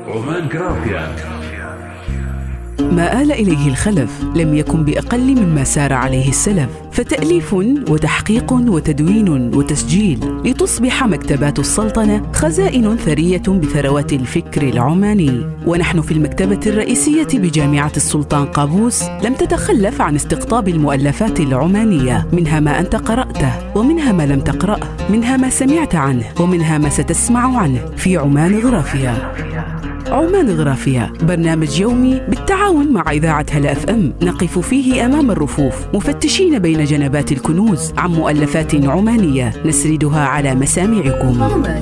عمان جرافيا. ما آل إليه الخلف لم يكن بأقل مما سار عليه السلف، فتأليف وتحقيق وتدوين وتسجيل لتصبح مكتبات السلطنة خزائن ثرية بثروات الفكر العماني. ونحن في المكتبة الرئيسية بجامعة السلطان قابوس لم تتخلف عن استقطاب المؤلفات العمانية، منها ما أنت قرأته ومنها ما لم تقرأه، منها ما سمعت عنه ومنها ما ستسمع عنه في عمان غرافيا. عمان غرافيا برنامج يومي بالتعاون مع إذاعة هلا اف ام، نقف فيه أمام الرفوف مفتشين بين جنبات الكنوز عن مؤلفات عمانية نسردها على مسامعكم.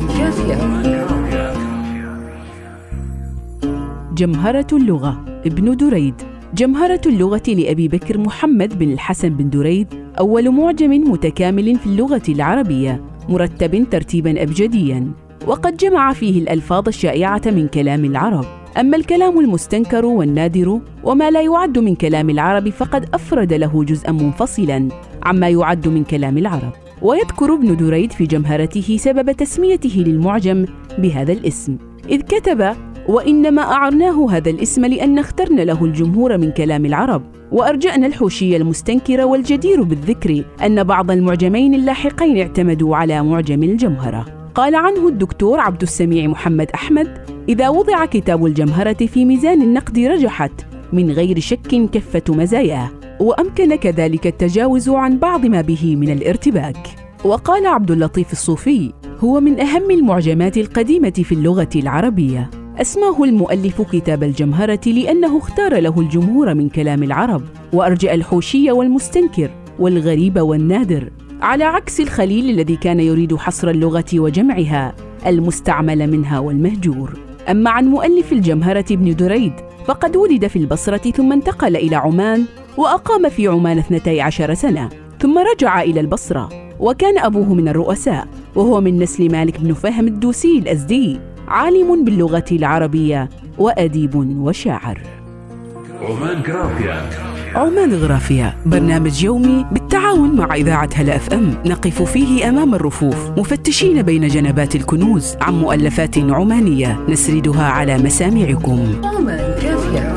جمهرة اللغة ابن دريد. جمهرة اللغة لأبي بكر محمد بن الحسن بن دريد أول معجم متكامل في اللغة العربية مرتب ترتيبا أبجديا، وقد جمع فيه الألفاظ الشائعة من كلام العرب. أما الكلام المستنكر والنادر وما لا يعد من كلام العرب فقد أفرد له جزءا منفصلا عما يعد من كلام العرب. ويذكر ابن دريد في جمهرته سبب تسميته للمعجم بهذا الاسم، إذ كتب: وإنما أعرناه هذا الاسم لأن اخترنا له الجمهور من كلام العرب، وأرجأنا الحوشي المستنكر. والجدير بالذكر أن بعض المعجمين اللاحقين اعتمدوا على معجم الجمهرة. قال عنه الدكتور عبد السميع محمد أحمد: إذا وضع كتاب الجمهرة في ميزان النقد رجحت من غير شك كفة مزاياه، وأمكن كذلك التجاوز عن بعض ما به من الارتباك. وقال عبد اللطيف الصوفي: هو من أهم المعجمات القديمة في اللغة العربية. أسماه المؤلف كتاب الجمهرة لأنه اختار له الجمهور من كلام العرب، وأرجأ الحوشي والمستنكر والغريب والنادر، على عكس الخليل الذي كان يريد حصر اللغة وجمعها، المستعمل منها والمهجور. أما عن مؤلف الجمهرة ابن دريد فقد ولد في البصرة ثم انتقل إلى عمان، وأقام في عمان 12 سنة، ثم رجع إلى البصرة، وكان أبوه من الرؤساء، وهو من نسل مالك بن فهم الدوسي الأزدي، عالم باللغة العربية وأديب وشاعر. عمان جرافيا. عمان غرافيا برنامج يومي بالتعاون مع إذاعة هلا اف ام، نقف فيه أمام الرفوف مفتشين بين جنبات الكنوز عن مؤلفات عمانية نسردها على مسامعكم. عمان جرافيا.